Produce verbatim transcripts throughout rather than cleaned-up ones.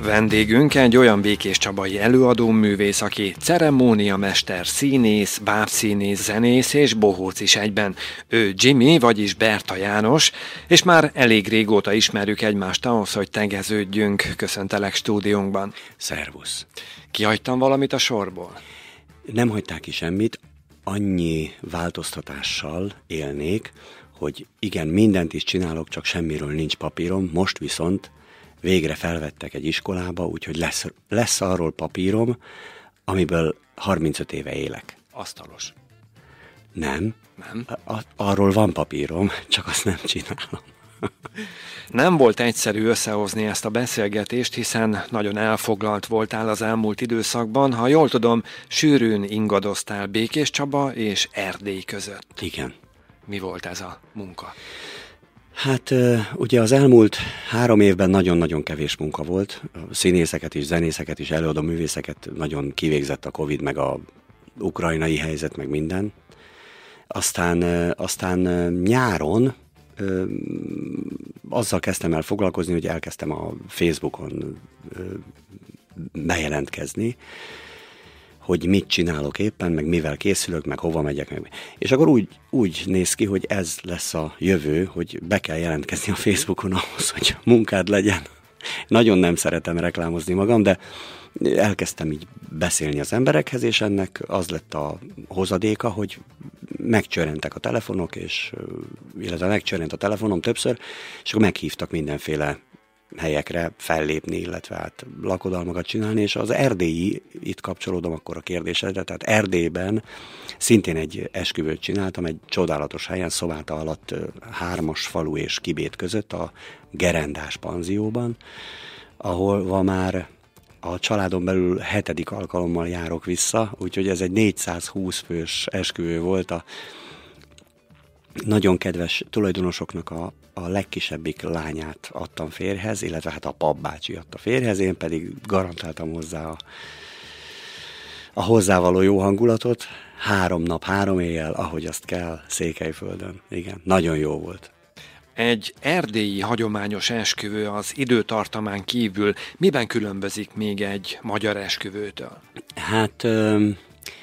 Vendégünk egy olyan békéscsabai előadóművész, aki ceremóniamester, színész, bábszínész, zenész és bohóc is egyben. Ő Jimmy, vagyis Berta János, és már elég régóta ismerjük egymást ahhoz, hogy tegeződjünk. Köszöntelek stúdiónkban. Szervusz. Kihagytam valamit a sorból? Nem hagyták ki semmit, annyi változtatással élnék, hogy igen, mindent is csinálok, csak semmiről nincs papírom, most viszont végre felvettek egy iskolába, úgyhogy lesz, lesz arról papírom, amiből harmincöt éve élek. Asztalos. Nem. Nem? A- arról van papírom, csak azt nem csinálom. Nem volt egyszerű összehozni ezt a beszélgetést, hiszen nagyon elfoglalt voltál az elmúlt időszakban. Ha jól tudom, sűrűn ingadoztál Békéscsaba és Erdély között. Igen. Mi volt ez a munka? Hát ugye az elmúlt három évben nagyon-nagyon kevés munka volt. A színészeket is, zenészeket is, előadó művészeket nagyon kivégzett a Covid, meg a ukrajnai helyzet, meg minden. Aztán, aztán nyáron ö, azzal kezdtem el foglalkozni, hogy elkezdtem a Facebookon ö, bejelentkezni, hogy mit csinálok éppen, meg mivel készülök, meg hova megyek. Meg. És akkor úgy, úgy néz ki, hogy ez lesz a jövő, hogy be kell jelentkezni a Facebookon ahhoz, hogy munkád legyen. Nagyon nem szeretem reklámozni magam, de elkezdtem így beszélni az emberekhez, és ennek az lett a hozadéka, hogy megcsörrentek a telefonok, és, illetve megcsörrent a telefonom többször, és akkor meghívtak mindenféle helyekre fellépni, illetve hát lakodalmakat csinálni, és az erdélyi, itt kapcsolódom akkor a kérdésedre, tehát Erdélyben szintén egy esküvőt csináltam, egy csodálatos helyen, Szomáta alatt hármas falu és Kibét között, a Gerendás panzióban, ahol már a családon belül hetedik alkalommal járok vissza, úgyhogy ez egy négyszázhúsz fős esküvő volt, a nagyon kedves tulajdonosoknak a, a legkisebbik lányát adtam férjhez, illetve hát a papbácsi adta férjhez, én pedig garantáltam hozzá a, a hozzávaló jó hangulatot. Három nap, három éjjel, ahogy azt kell, Székelyföldön. Igen, nagyon jó volt. Egy erdélyi hagyományos esküvő az időtartamán kívül miben különbözik még egy magyar esküvőtől? Hát um,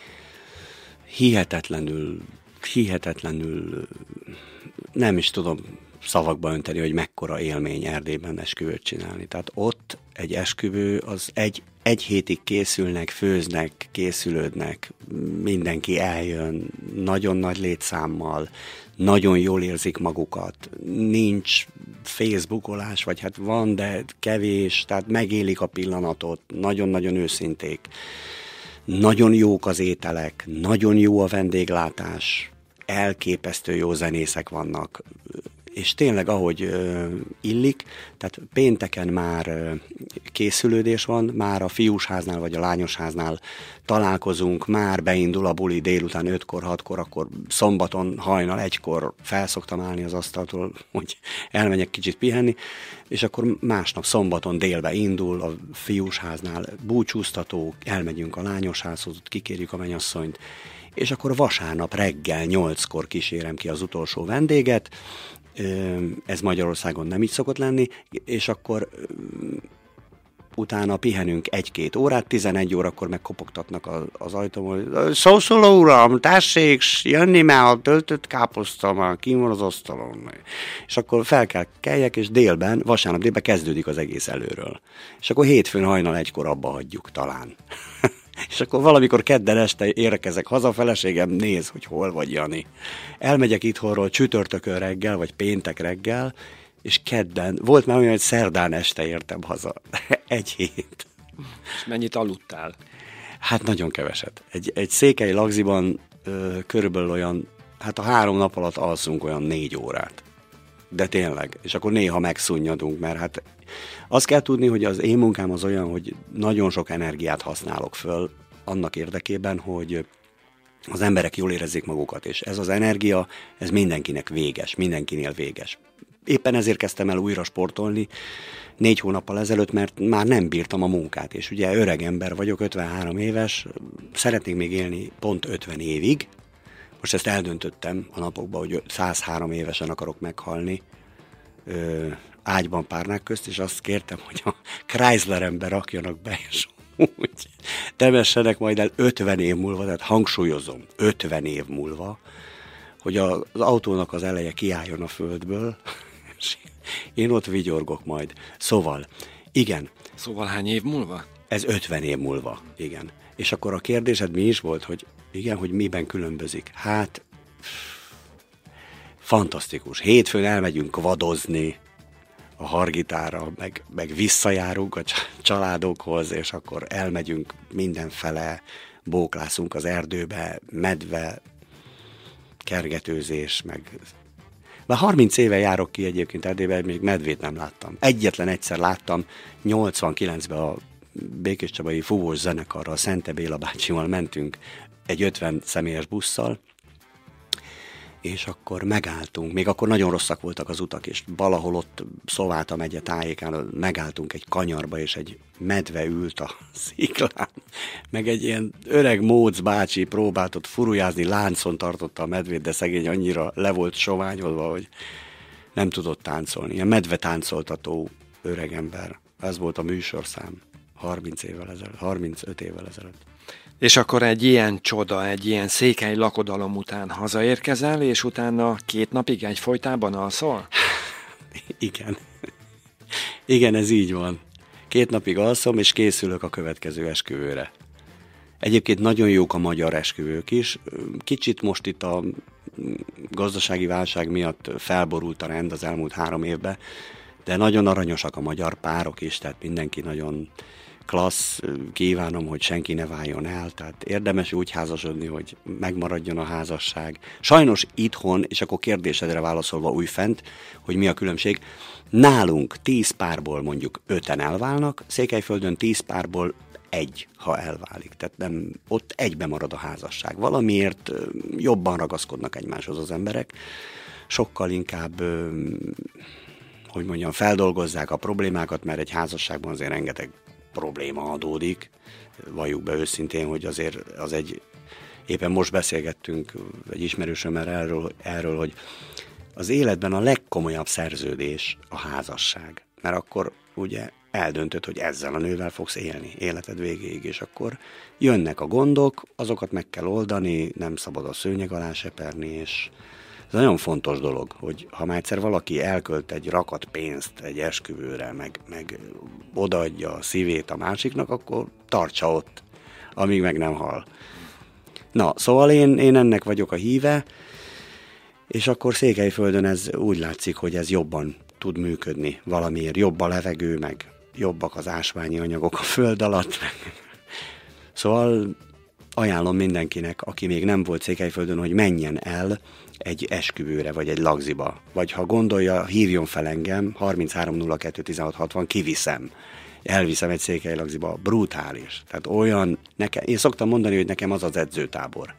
hihetetlenül hihetetlenül nem is tudom szavakba önteni, hogy mekkora élmény Erdélyben esküvőt csinálni. Tehát ott egy esküvő, az egy, egy hétig készülnek, főznek, készülődnek, mindenki eljön, nagyon nagy létszámmal, nagyon jól érzik magukat, nincs facebookolás, vagy hát van, de kevés, tehát megélik a pillanatot, nagyon-nagyon őszinték. Nagyon jók az ételek, nagyon jó a vendéglátás, elképesztő jó zenészek vannak, és tényleg ahogy ö, illik, tehát pénteken már ö, készülődés van, már a fiúsháznál vagy a lányosháznál találkozunk, már beindul a buli délután ötkor, hatkor, akkor szombaton hajnal egykor felszoktam állni az asztaltól, hogy elmenjek kicsit pihenni, és akkor másnap szombaton délbe indul a fiúsháznál búcsúztató, elmegyünk a lányosházhoz, kikérjük a mennyasszonyt, és akkor vasárnap reggel nyolckor kísérem ki az utolsó vendéget, ez Magyarországon nem így szokott lenni, és akkor utána pihenünk egy-két órát, tizenegy órakor meg kopogtatnak az ajtón, hogy szószóló uram, tessék jönni, mert a töltött káposzta már kín van az asztalon. És akkor fel kell keljek, és délben, vasárnap délben kezdődik az egész előről. És akkor hétfőn hajnal egykor abba hagyjuk talán. És akkor valamikor kedden este érkezek haza, feleségem néz, hogy hol vagy, Jani. Elmegyek itthonról csütörtökön reggel, vagy péntek reggel, és kedden, volt már olyan, hogy szerdán este értem haza. Egy hét. És mennyit aludtál? Hát nagyon keveset. Egy, egy székely lagziban ö, körülbelül olyan, hát a három nap alatt alszunk olyan négy órát. De tényleg. És akkor néha megszunnyadunk, mert hát azt kell tudni, hogy az én munkám az olyan, hogy nagyon sok energiát használok föl annak érdekében, hogy az emberek jól érezzék magukat, és ez az energia, ez mindenkinek véges, mindenkinél véges. Éppen ezért kezdtem el újra sportolni négy hónappal ezelőtt, mert már nem bírtam a munkát, és ugye öreg ember vagyok, ötvenhárom éves, szeretnék még élni pont ötven évig. Most ezt eldöntöttem a napokban, hogy százhárom évesen akarok meghalni, ágyban párnák közt, és azt kértem, hogy a Chryslerembe rakjanak be, és úgy temessenek majd el ötven év múlva, tehát hangsúlyozom, ötven év múlva, hogy az autónak az eleje kiálljon a földből, és én ott vigyorgok majd. Szóval, igen. Szóval hány év múlva? Ez ötven év múlva, igen. És akkor a kérdésed mi is volt, hogy igen, hogy miben különbözik? Hát, fantasztikus. Hétfőn elmegyünk vadozni a Hargitára, meg, meg visszajárunk a családokhoz, és akkor elmegyünk mindenfele, bóklászunk az erdőbe, medve, kergetőzés, meg... Már harminc éve járok ki egyébként Erdélyben, még medvét nem láttam. Egyetlen egyszer láttam, nyolcvankilencben a Békéscsabai fúvós zenekarral, Szente Béla bácsival mentünk egy ötven személyes busszal, és akkor megálltunk, még akkor nagyon rosszak voltak az utak, és valahol ott Szováta megye tájékán megálltunk egy kanyarba, és egy medve ült a sziklán, meg egy ilyen öreg móc bácsi próbált ott furujázni, láncon tartotta a medvét, de szegény annyira le volt soványodva, hogy nem tudott táncolni. Ilyen medve táncoltató öregember. Ez volt a műsorszám harminc évvel ezelőtt, harmincöt évvel ezelőtt. És akkor egy ilyen csoda, egy ilyen székely lakodalom után hazaérkezel, és utána két napig egyfolytában alszol? Igen. Igen, ez így van. Két napig alszom, és készülök a következő esküvőre. Egyébként nagyon jók a magyar esküvők is. Kicsit most itt a gazdasági válság miatt felborult a rend az elmúlt három évben, de nagyon aranyosak a magyar párok is, tehát mindenki nagyon klassz, kívánom, hogy senki ne váljon el, tehát érdemes úgy házasodni, hogy megmaradjon a házasság. Sajnos itthon, és akkor kérdésedre válaszolva újfent, hogy mi a különbség, nálunk tíz párból mondjuk öten elválnak, Székelyföldön tíz párból egy, ha elválik. Tehát nem, ott egybe marad a házasság. Valamiért jobban ragaszkodnak egymáshoz az emberek, sokkal inkább, hogy mondjam, feldolgozzák a problémákat, mert egy házasságban azért rengeteg probléma adódik. Valljuk be őszintén, hogy azért az egy, éppen most beszélgettünk egy ismerősömmel erről, erről, hogy az életben a legkomolyabb szerződés a házasság. Mert akkor ugye eldöntöd, hogy ezzel a nővel fogsz élni életed végéig, és akkor jönnek a gondok, azokat meg kell oldani, nem szabad a szőnyeg alá seperni, és ez nagyon fontos dolog, hogy ha már egyszer valaki elkölt egy rakat pénzt egy esküvőre, meg, meg odaadja a szívét a másiknak, akkor tartsa ott, amíg meg nem hal. Na, szóval én, én ennek vagyok a híve, és akkor Székelyföldön ez úgy látszik, hogy ez jobban tud működni. Valamiért jobb a levegő, meg jobbak az ásványi anyagok a föld alatt. Szóval ajánlom mindenkinek, aki még nem volt Székelyföldön, hogy menjen el egy esküvőre, vagy egy lagziba. Vagy ha gondolja, hívjon fel engem, harminchárom nulla kettő tizenhat hatvan, kiviszem. Elviszem egy székely lagziba. Brutális. Tehát olyan, nekem, én szoktam mondani, hogy nekem az az edzőtábor.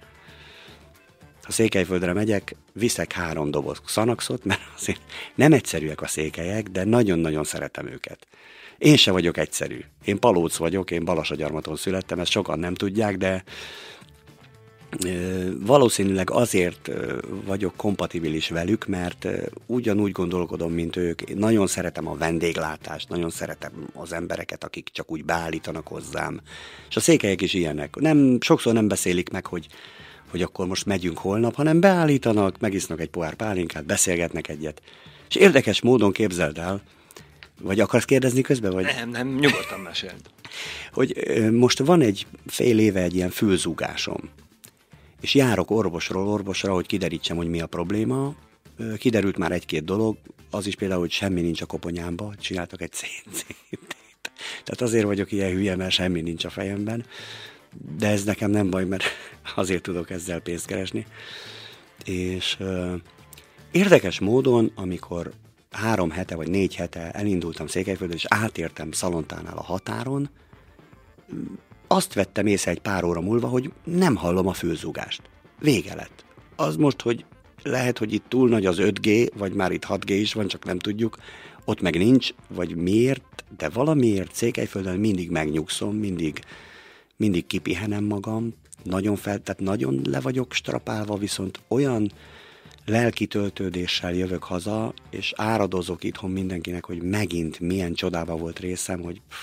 Ha Székelyföldre megyek, viszek három doboz Xanaxot, mert azért nem egyszerűek a székelyek, de nagyon-nagyon szeretem őket. Én se vagyok egyszerű. Én palóc vagyok, én Balasagyarmaton születtem, ezt sokan nem tudják, de valószínűleg azért vagyok kompatibilis velük, mert ugyanúgy gondolkodom, mint ők. Én nagyon szeretem a vendéglátást, nagyon szeretem az embereket, akik csak úgy beállítanak hozzám. És a székelyek is ilyenek. Nem, sokszor nem beszélik meg, hogy, hogy akkor most megyünk holnap, hanem beállítanak, megisznak egy pohár pálinkát, beszélgetnek egyet. És érdekes módon képzeld el, vagy akarsz kérdezni közben? Vagy? Nem, nem, nyugodtan meséld. Hogy most van egy fél éve egy ilyen fülzúgásom. És járok orvosról orvosra, hogy kiderítsem, hogy mi a probléma. Kiderült már egy-két dolog, az is például, hogy semmi nincs a koponyámba, csináltak egy cé té-t. Tehát azért vagyok ilyen hülye, mert semmi nincs a fejemben. De ez nekem nem baj, mert azért tudok ezzel pénzt keresni. És euh, érdekes módon, amikor három hete vagy négy hete elindultam Székelyföldre, és átértem Szalontánál a határon, azt vettem észre egy pár óra múlva, hogy nem hallom a fülzúgást. Vége lett. Az most, hogy lehet, hogy itt túl nagy az öt gé, vagy már itt hat gé is van, csak nem tudjuk, ott meg nincs, vagy miért, de valamiért Székelyföldön mindig megnyugszom, mindig, mindig kipihenem magam, nagyon fel, tehát nagyon le vagyok strapálva, viszont olyan lelki töltődéssel jövök haza, és áradozok itthon mindenkinek, hogy megint milyen csodában volt részem, hogy pff,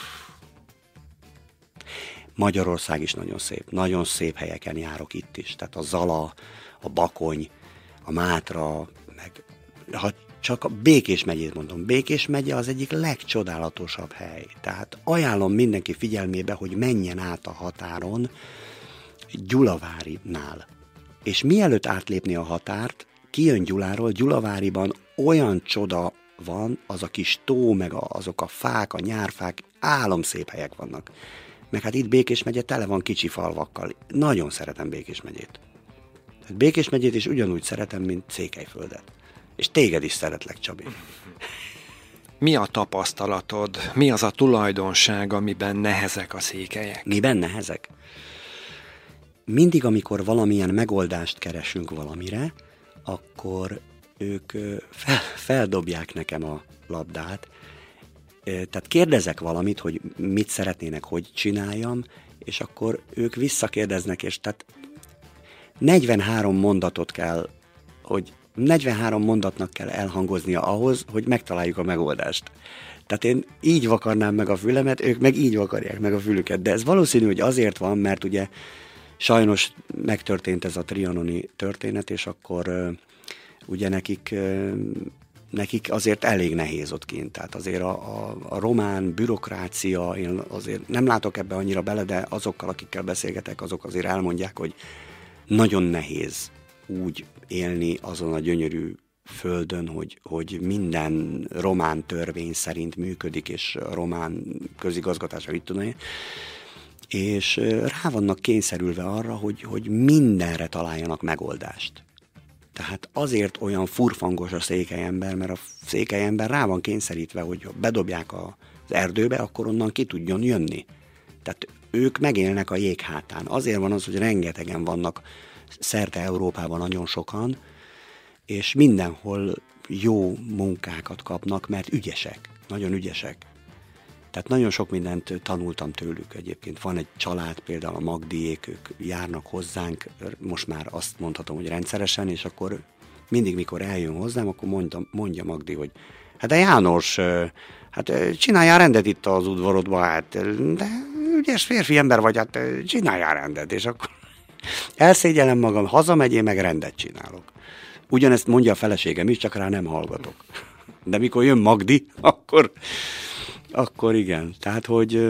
Magyarország is nagyon szép. Nagyon szép helyeken járok itt is. Tehát a Zala, a Bakony, a Mátra, meg ha csak a Békés megyét mondom. Békés megye az egyik legcsodálatosabb hely. Tehát ajánlom mindenki figyelmébe, hogy menjen át a határon Gyulavárinál. És mielőtt átlépni a határt, kijön Gyuláról, Gyulaváriban olyan csoda van, az a kis tó, meg azok a fák, a nyárfák, álomszép helyek vannak. Meg hát itt Békés megye tele van kicsi falvakkal. Nagyon szeretem Békés megyét. Békés megyét is ugyanúgy szeretem, mint Székelyföldet. És téged is szeretlek, Csabi. Mi a tapasztalatod? Mi az a tulajdonság, amiben nehezek a székelyek? Miben nehezek? Mindig, amikor valamilyen megoldást keresünk valamire, akkor ők fel, feldobják nekem a labdát. Tehát kérdezek valamit, hogy mit szeretnének, hogy csináljam, és akkor ők visszakérdeznek, és tehát negyvenhárom mondatot kell, hogy negyvenhárom mondatnak kell elhangoznia ahhoz, hogy megtaláljuk a megoldást. Tehát én így vakarnám meg a fülemet, ők meg így vakarják meg a fülüket. De ez valószínű, hogy azért van, mert ugye sajnos megtörtént ez a trianoni történet, és akkor uh, ugye nekik, uh, nekik azért elég nehéz ott kint. Tehát azért a, a, a román bürokrácia, én azért nem látok ebbe annyira bele, de azokkal, akikkel beszélgetek, azok azért elmondják, hogy nagyon nehéz úgy élni azon a gyönyörű földön, hogy, hogy minden román törvény szerint működik, és a román közigazgatása, mit tudom én, és rá vannak kényszerülve arra, hogy, hogy mindenre találjanak megoldást. Tehát azért olyan furfangos a székelyember, mert a székelyember rá van kényszerítve, hogy ha bedobják az erdőbe, akkor onnan ki tudjon jönni. Tehát ők megélnek a jéghátán. Azért van az, hogy rengetegen vannak szerte Európában, nagyon sokan, és mindenhol jó munkákat kapnak, mert ügyesek, nagyon ügyesek. Tehát nagyon sok mindent tanultam tőlük egyébként. Van egy család, például a Magdiék, ők járnak hozzánk, most már azt mondhatom, hogy rendszeresen, és akkor mindig, mikor eljön hozzám, akkor mondja, mondja Magdi, hogy hát de János, hát csináljál rendet itt az udvarodba, hát, de ügyes férfi ember vagy, hát csináljál rendet, és akkor elszégyellem magam, hazamegy, én meg rendet csinálok. Ugyanezt mondja a feleségem is, csak rá nem hallgatok. De mikor jön Magdi, akkor, akkor igen. Tehát, hogy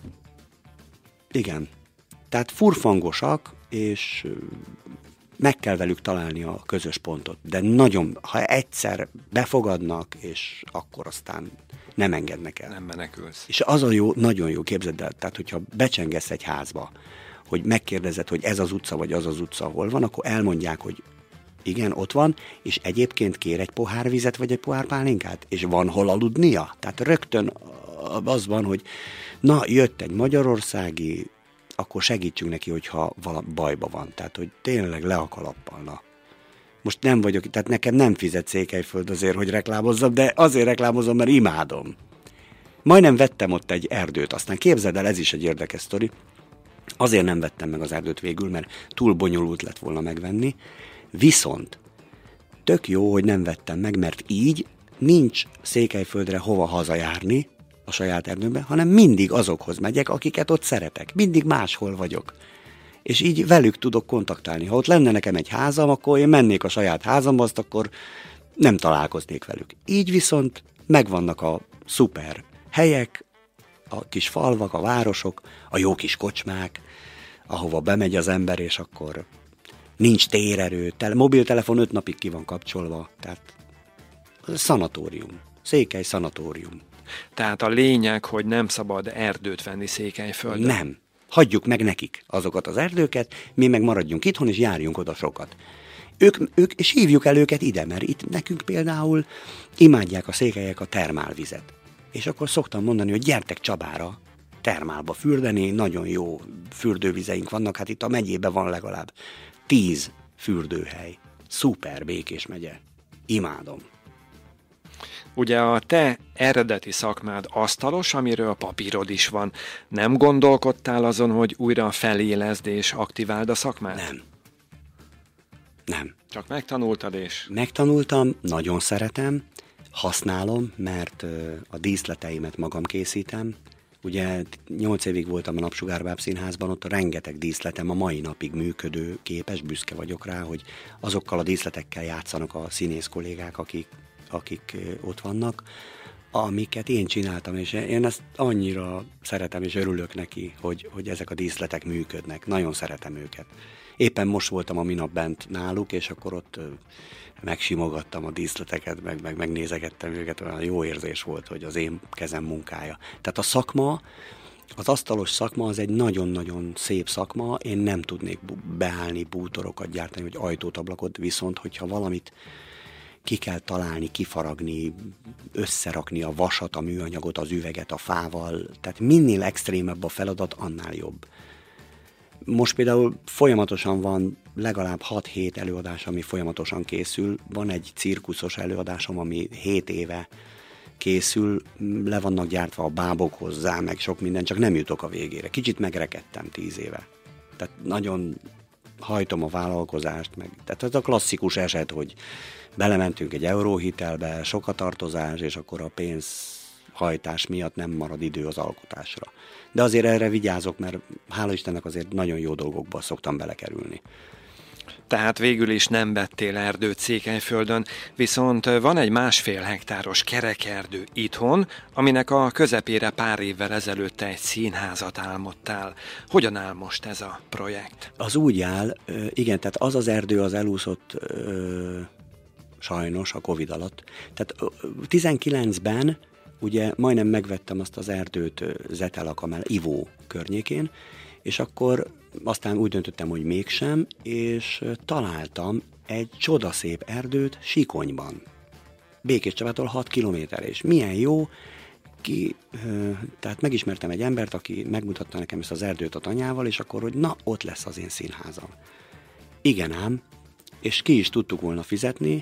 igen. Tehát furfangosak, és meg kell velük találni a közös pontot. De nagyon, ha egyszer befogadnak, és akkor aztán nem engednek el. Nem menekülsz. És az a jó, nagyon jó, képzeld el, tehát hogyha becsengesz egy házba, hogy megkérdezed, hogy ez az utca, vagy az az utca, hol van, akkor elmondják, hogy igen, ott van, és egyébként kér egy pohár vizet, vagy egy pohár pálinkát, és van hol aludnia. Tehát rögtön az van, hogy na, jött egy magyarországi, akkor segítsünk neki, hogyha valami bajba van. Tehát, hogy tényleg le a kalappal, na. Most nem vagyok, tehát nekem nem fizet Székelyföld azért, hogy reklámozzam, de azért reklámozom, mert imádom. Majdnem vettem ott egy erdőt, aztán képzeld el, ez is egy érdekes sztori. Azért nem vettem meg az erdőt végül, mert túl bonyolult lett volna megvenni, viszont tök jó, hogy nem vettem meg, mert így nincs Székelyföldre hova hazajárni a saját erdőmbe, hanem mindig azokhoz megyek, akiket ott szeretek. Mindig máshol vagyok. És így velük tudok kontaktálni. Ha ott lenne nekem egy házam, akkor én mennék a saját házamba, azt akkor nem találkoznék velük. Így viszont megvannak a szuper helyek, a kis falvak, a városok, a jó kis kocsmák, ahova bemegy az ember, és akkor nincs térerő, tele, mobiltelefon öt napig ki van kapcsolva, tehát szanatórium, Székely szanatórium. Tehát a lényeg, hogy nem szabad erdőt venni Székelyföldön. Nem. Hagyjuk meg nekik azokat az erdőket, mi meg maradjunk itthon, és járjunk oda sokat. Ők, ők, és hívjuk el őket ide, mert itt nekünk például imádják a székelyek a termálvizet. És akkor szoktam mondani, hogy gyertek Csabára termálba fürdeni, nagyon jó fürdővizeink vannak, hát itt a megyében van legalább tíz fürdőhely. Szuper, Békés megye. Imádom. Ugye a te eredeti szakmád asztalos, amiről papírod is van. Nem gondolkodtál azon, hogy újra felélezd és aktiváld a szakmát? Nem. Nem. Csak megtanultad és... Megtanultam, nagyon szeretem, használom, mert a díszleteimet magam készítem. Ugye nyolc évig voltam a Napsugárbáb Színházban, ott rengeteg díszletem a mai napig működő, képes, büszke vagyok rá, hogy azokkal a díszletekkel játszanak a színész kollégák, akik, akik ott vannak, amiket én csináltam, és én ezt annyira szeretem, és örülök neki, hogy, hogy ezek a díszletek működnek. Nagyon szeretem őket. Éppen most voltam a minap bent náluk, és akkor ott megsimogattam a díszleteket, meg, meg megnézegettem őket, olyan jó érzés volt, hogy az én kezem munkája. Tehát a szakma, az asztalos szakma az egy nagyon-nagyon szép szakma, én nem tudnék beállni, bútorokat gyártani, vagy ajtót, ablakot, viszont hogyha valamit ki kell találni, kifaragni, összerakni a vasat, a műanyagot, az üveget a fával, tehát minél extrémebb a feladat, annál jobb. Most például folyamatosan van legalább hat-hét előadás, ami folyamatosan készül. Van egy cirkuszos előadásom, ami hét éve készül, le vannak gyártva a bábok hozzá, meg sok minden, csak nem jutok a végére. Kicsit megrekedtem tíz éve. Tehát nagyon hajtom a vállalkozást, meg. Tehát ez a klasszikus eset, hogy belementünk egy euróhitelbe, sok a tartozás, és akkor a pénzhajtás miatt nem marad idő az alkotásra. De azért erre vigyázok, mert hála Istennek azért nagyon jó dolgokba szoktam belekerülni. Tehát végül is nem vettél erdőt Székelyföldön, viszont van egy másfél hektáros kerekerdő itthon, aminek a közepére pár évvel ezelőtt egy színházat álmodtál. Hogyan áll most ez a projekt? Az úgy áll, igen, tehát az az erdő az elúszott sajnos a Covid alatt. Tehát tizenkilencben ugye majdnem megvettem azt az erdőt Zetelakammel, Ivó környékén, és akkor aztán úgy döntöttem, hogy mégsem, és találtam egy csodaszép erdőt Sikonyban. Békés Csabától hat kilométerre, és milyen jó, ki, tehát megismertem egy embert, aki megmutatta nekem ezt az erdőt a tanyával, és akkor, hogy na, ott lesz az én színházam. Igen ám, és ki is tudtuk volna fizetni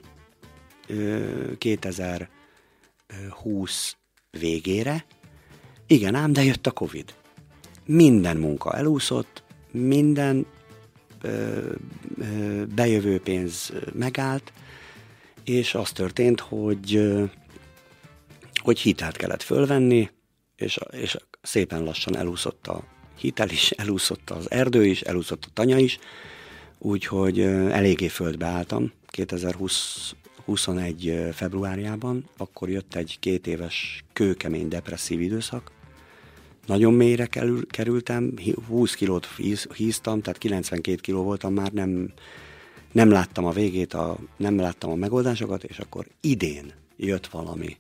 kétezer-húsz végére, igen ám, de jött a Covid. Minden munka elúszott, minden ö, ö, bejövő pénz megállt, és az történt, hogy, ö, hogy hitelt kellett fölvenni, és, és szépen lassan elúszott a hitel is, elúszott az erdő is, elúszott a tanya is, úgyhogy ö, eléggé földbe álltam kétezer-huszonegy februárjában, akkor jött egy két éves kőkemény depresszív időszak. Nagyon mélyre kerül, kerültem, húsz kilót híztam, tehát kilencvenkét kiló voltam már, nem, nem láttam a végét, a, nem láttam a megoldásokat, és akkor idén jött valami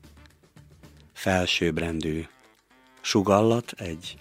felsőbbrendű sugallat, egy,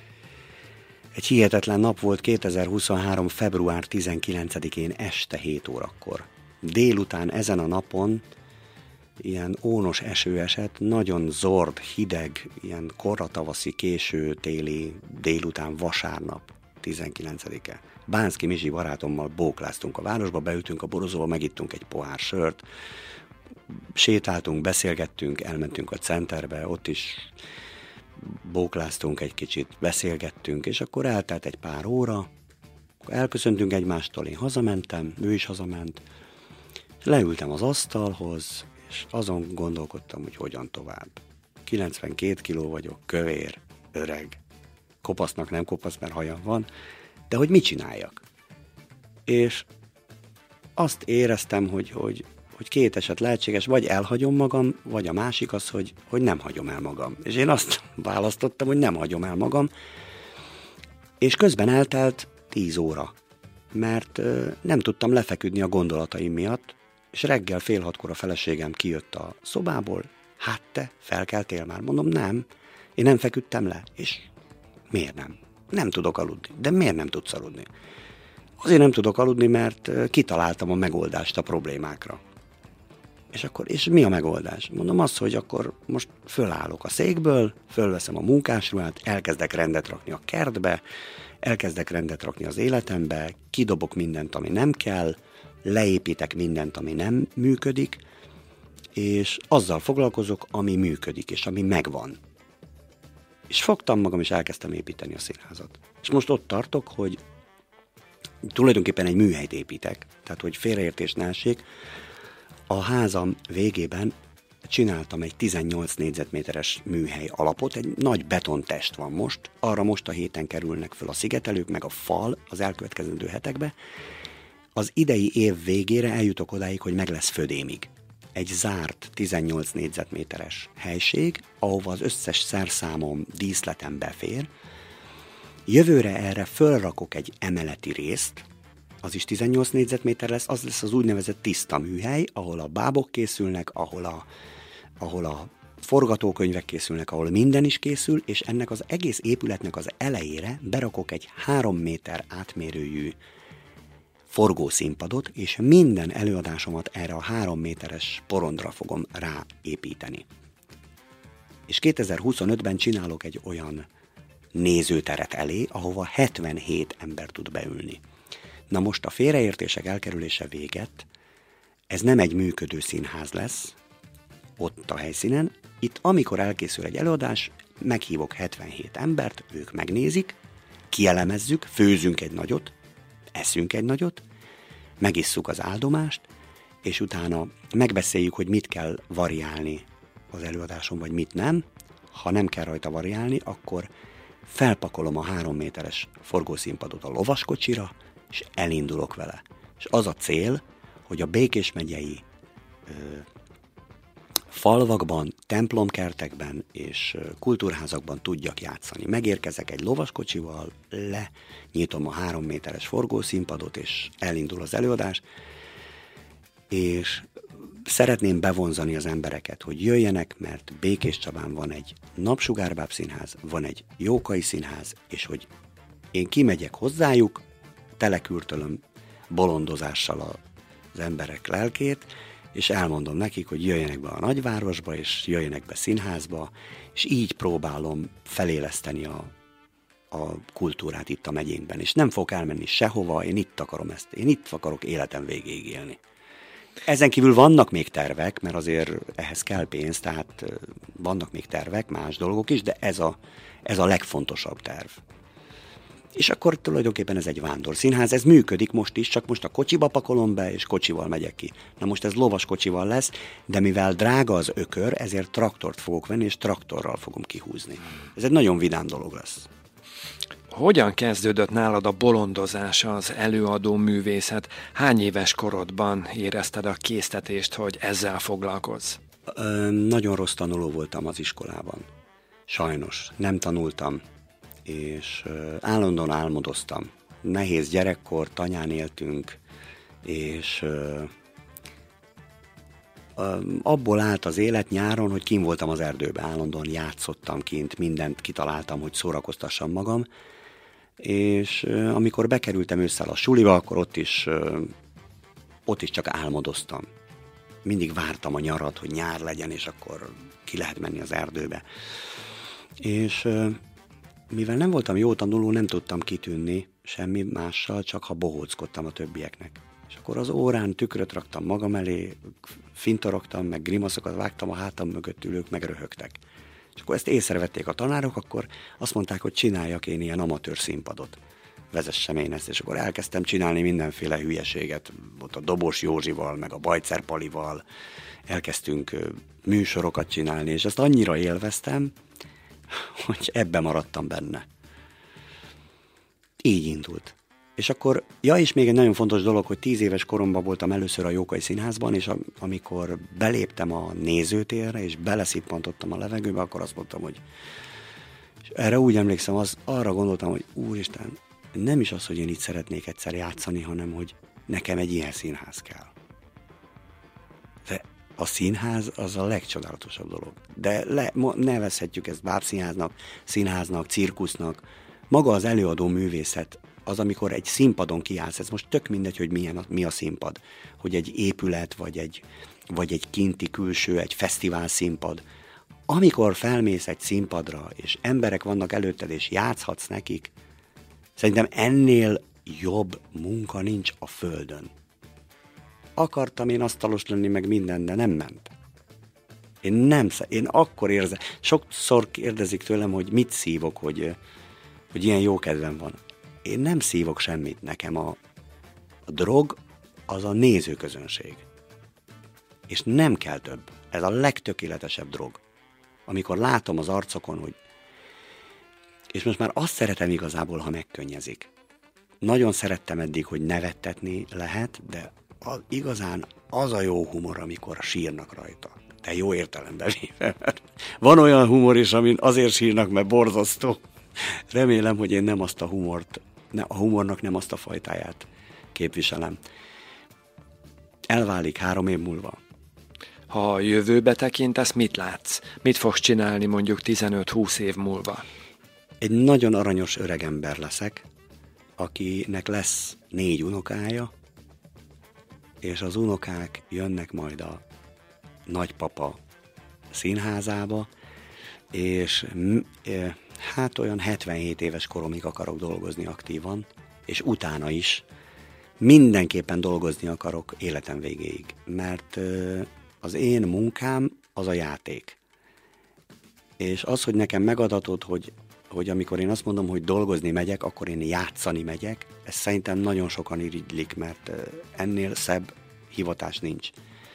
egy hihetetlen nap volt, kétezer-huszonhárom február tizenkilencedikén este hét órakor. Délután ezen a napon ilyen ónos eső esett, nagyon zord, hideg, ilyen korra tavaszi, késő téli délután vasárnap, tizenkilencedike. Bánszky Mizsi barátommal bókláztunk a városba, beültünk a borozóba, megittunk egy pohár sört, sétáltunk, beszélgettünk, elmentünk a centerbe, ott is bókláztunk egy kicsit, beszélgettünk, és akkor eltelt egy pár óra, elköszöntünk egymástól, én hazamentem, ő is hazament, leültem az asztalhoz, és azon gondolkodtam, hogy hogyan tovább. kilencvenkét kiló vagyok, kövér, öreg, kopasznak nem kopasz, mert hajam van, de hogy mit csináljak? És azt éreztem, hogy, hogy, hogy két eset lehetséges, vagy elhagyom magam, vagy a másik az, hogy, hogy nem hagyom el magam. És én azt választottam, hogy nem hagyom el magam, és közben eltelt tíz óra, mert ö, nem tudtam lefeküdni a gondolataim miatt, és reggel fél hatkor a feleségem kijött a szobából, hát te felkeltél már? Mondom, nem, én nem feküdtem le, és miért nem? Nem tudok aludni. De miért nem tudsz aludni? Azért nem tudok aludni, mert kitaláltam a megoldást a problémákra. És akkor, és mi a megoldás? Mondom azt, hogy akkor most fölállok a székből, fölveszem a munkásruhát, elkezdek rendet rakni a kertbe, elkezdek rendet rakni az életembe, kidobok mindent, ami nem kell, leépítek mindent, ami nem működik, és azzal foglalkozok, ami működik, és ami megvan. És fogtam magam, és elkezdtem építeni a színházat. És most ott tartok, hogy tulajdonképpen egy műhelyt építek, tehát hogy félreértés ne essék. A házam végében csináltam egy tizennyolc négyzetméteres műhely alapot, egy nagy betontest van most, arra most a héten kerülnek föl a szigetelők, meg a fal az elkövetkezendő hetekbe. Az idei év végére eljutok odáig, hogy meg lesz födémig. Egy zárt tizennyolc négyzetméteres helység, ahova az összes szerszámom, díszletem befér. Jövőre erre fölrakok egy emeleti részt, az is tizennyolc négyzetméter lesz, az lesz az úgynevezett tiszta műhely, ahol a bábok készülnek, ahol a, ahol a forgatókönyvek készülnek, ahol minden is készül, és ennek az egész épületnek az elejére berakok egy három méter átmérőjű forgószínpadot, és minden előadásomat erre a három méteres porondra fogom ráépíteni. És kétezer-huszonötben csinálok egy olyan nézőteret elé, ahova hetvenhét ember tud beülni. Na most a félreértések elkerülése véget, ez nem egy működő színház lesz, ott a helyszínen, itt amikor elkészül egy előadás, meghívok hetvenhét embert, ők megnézik, kielemezzük, főzünk egy nagyot, eszünk egy nagyot, megisszuk az áldomást, és utána megbeszéljük, hogy mit kell variálni az előadáson, vagy mit nem. Ha nem kell rajta variálni, akkor felpakolom a három méteres forgószínpadot a lovaskocsira, és elindulok vele. És az a cél, hogy a Békés megyei ö, falvakban, templomkertekben és kultúrházakban tudjak játszani. Megérkezek egy lovaskocsival, lenyitom a három méteres forgószínpadot, és elindul az előadás, és szeretném bevonzani az embereket, hogy jöjjenek, mert Békés Csabán van egy Napsugárbáb színház, van egy Jókai színház, és hogy én kimegyek hozzájuk, telekürtölöm bolondozással az emberek lelkét, és elmondom nekik, hogy jöjjenek be a nagyvárosba, és jöjjenek be színházba, és így próbálom feléleszteni a, a kultúrát itt a megyénkben. És nem fogok elmenni sehova, én itt akarom ezt, én itt akarok életem végéig élni. Ezen kívül vannak még tervek, mert azért ehhez kell pénz, tehát vannak még tervek, más dolgok is, de ez a, ez a legfontosabb terv. És akkor tulajdonképpen ez egy vándorszínház, ez működik most is, csak most a kocsiba pakolom be, és kocsival megyek ki. Na most ez lovas kocsival lesz, de mivel drága az ökör, ezért traktort fogok venni, és traktorral fogom kihúzni. Ez egy nagyon vidám dolog lesz. Hogyan kezdődött nálad a bolondozás, az előadó művészet? Hány éves korodban érezted a késztetést, hogy ezzel foglalkozz? Ö, nagyon rossz tanuló voltam az iskolában. Sajnos, nem tanultam. És uh, állandóan álmodoztam. Nehéz gyerekkor, tanyán éltünk, és uh, uh, abból állt az élet nyáron, hogy kint voltam az erdőben, állandóan játszottam kint, mindent kitaláltam, hogy szórakoztassam magam, és uh, amikor bekerültem ősszel a suliba, akkor ott is, uh, ott is csak álmodoztam. Mindig vártam a nyarat, hogy nyár legyen, és akkor ki lehet menni az erdőbe. És uh, mivel nem voltam jó tanuló, nem tudtam kitűnni semmi mással, csak ha bohóckodtam a többieknek. És akkor az órán tükröt raktam magam elé, fintorogtam, meg grimaszokat vágtam a hátam mögött, ülők meg röhögtek. És akkor ezt észrevették a tanárok, akkor azt mondták, hogy csináljak én ilyen amatőr színpadot. Vezessem én ezt, és akkor elkezdtem csinálni mindenféle hülyeséget, ott a Dobos Józsival, meg a Bajcer Palival, elkezdtünk műsorokat csinálni, és ezt annyira élveztem, hogy ebbe maradtam benne. Így indult. És akkor, ja, és még egy nagyon fontos dolog, hogy tíz éves koromban voltam először a Jókai Színházban, és a, amikor beléptem a nézőtérre, és beleszippantottam a levegőbe, akkor azt mondtam, hogy és erre úgy emlékszem, az, arra gondoltam, hogy úristen, nem is az, hogy én itt szeretnék egyszer játszani, hanem, hogy nekem egy ilyen színház kell. De a színház az a legcsodálatosabb dolog. De le, nevezhetjük ezt bábszínháznak, színháznak, cirkusznak. Maga az előadó művészet, az, amikor egy színpadon kiállsz, ez most tök mindegy, hogy milyen a, mi a színpad. Hogy egy épület, vagy egy, vagy egy kinti külső, egy fesztivál színpad. Amikor felmész egy színpadra, és emberek vannak előtted, és játszhatsz nekik, szerintem ennél jobb munka nincs a földön. Akartam én asztalos lenni, meg minden, de nem ment. Én nem, én akkor érzem, sokszor kérdezik tőlem, hogy mit szívok, hogy, hogy ilyen jó kedvem van. én nem szívok semmit, nekem a, a drog az a nézőközönség. És nem kell több. Ez a legtökéletesebb drog. Amikor látom az arcokon, hogy... És most már azt szeretem igazából, ha megkönnyezik. Nagyon szerettem eddig, hogy nevettetni lehet, de az, igazán az a jó humor, amikor sírnak rajta. De jó értelemben véve. Van olyan humor is, amin azért sírnak, mert borzasztó. Remélem, hogy én nem azt a humort, a humornak nem azt a fajtáját képviselem. Elválik három év múlva. Ha a jövőbe tekintesz, mit látsz? Mit fogsz csinálni mondjuk tizenöt-húsz év múlva? Egy nagyon aranyos öregember leszek, akinek lesz négy unokája, és az unokák jönnek majd a nagypapa színházába, és hát olyan hetvenhét éves koromig akarok dolgozni aktívan, és utána is mindenképpen dolgozni akarok életem végéig, mert az én munkám az a játék. És az, hogy nekem megadatott, hogy, hogy amikor én azt mondom, hogy dolgozni megyek, akkor én játszani megyek, ez szerintem nagyon sokan irigylik, mert ennél szebb hivatás nincs.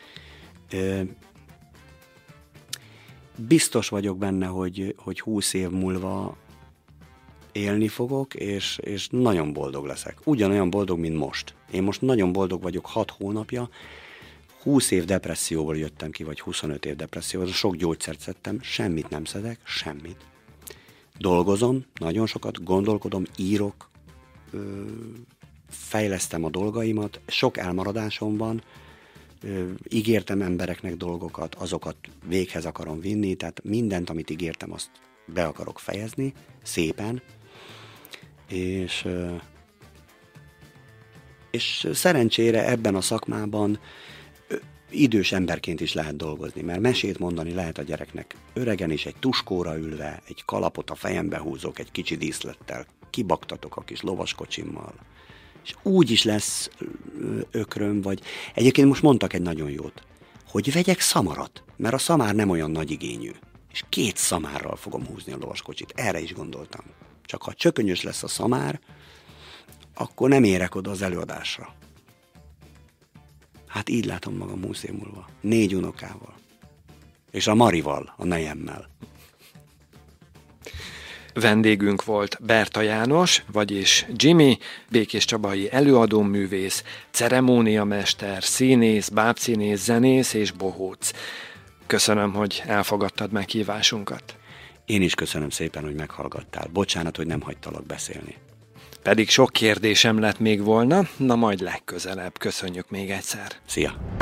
Biztos vagyok benne, hogy, hogy húsz év múlva élni fogok, és, és nagyon boldog leszek. Ugyanolyan boldog, mint most. Én most nagyon boldog vagyok hat hónapja, húsz év depresszióból jöttem ki, vagy huszonöt év depresszióból, sok gyógyszert szedtem, semmit nem szedek, semmit. Dolgozom, nagyon sokat, gondolkodom, írok, ö, fejlesztem a dolgaimat, sok elmaradásom van, ö, ígértem embereknek dolgokat, azokat véghez akarom vinni, tehát mindent, amit ígértem, azt be akarok fejezni, szépen, és, ö, és szerencsére ebben a szakmában idős emberként is lehet dolgozni, mert mesét mondani lehet a gyereknek. Öregen is egy tuskóra ülve, egy kalapot a fejembe húzok, egy kicsi díszlettel, kibaktatok a kis lovaskocsimmal. És úgy is lesz ökröm, vagy... Egyébként most mondtak egy nagyon jót, hogy vegyek szamarat, mert a szamár nem olyan nagy igényű. És két szamárral fogom húzni a lovaskocsit. Erre is gondoltam. Csak ha csökönyös lesz a szamár, akkor nem érek oda az előadásra. Hát így látom magam húsz év múlva. Négy unokával. És a Marival, a nejemmel. Vendégünk volt Berta János, vagyis Jimmy, békéscsabai előadóművész, ceremóniamester, színész, bábszínész, zenész és bohóc. Köszönöm, hogy elfogadtad meghívásunkat. Én is köszönöm szépen, hogy meghallgattál. Bocsánat, hogy nem hagytalak beszélni. Pedig sok kérdésem lett még volna, na majd legközelebb. Köszönjük még egyszer. Szia!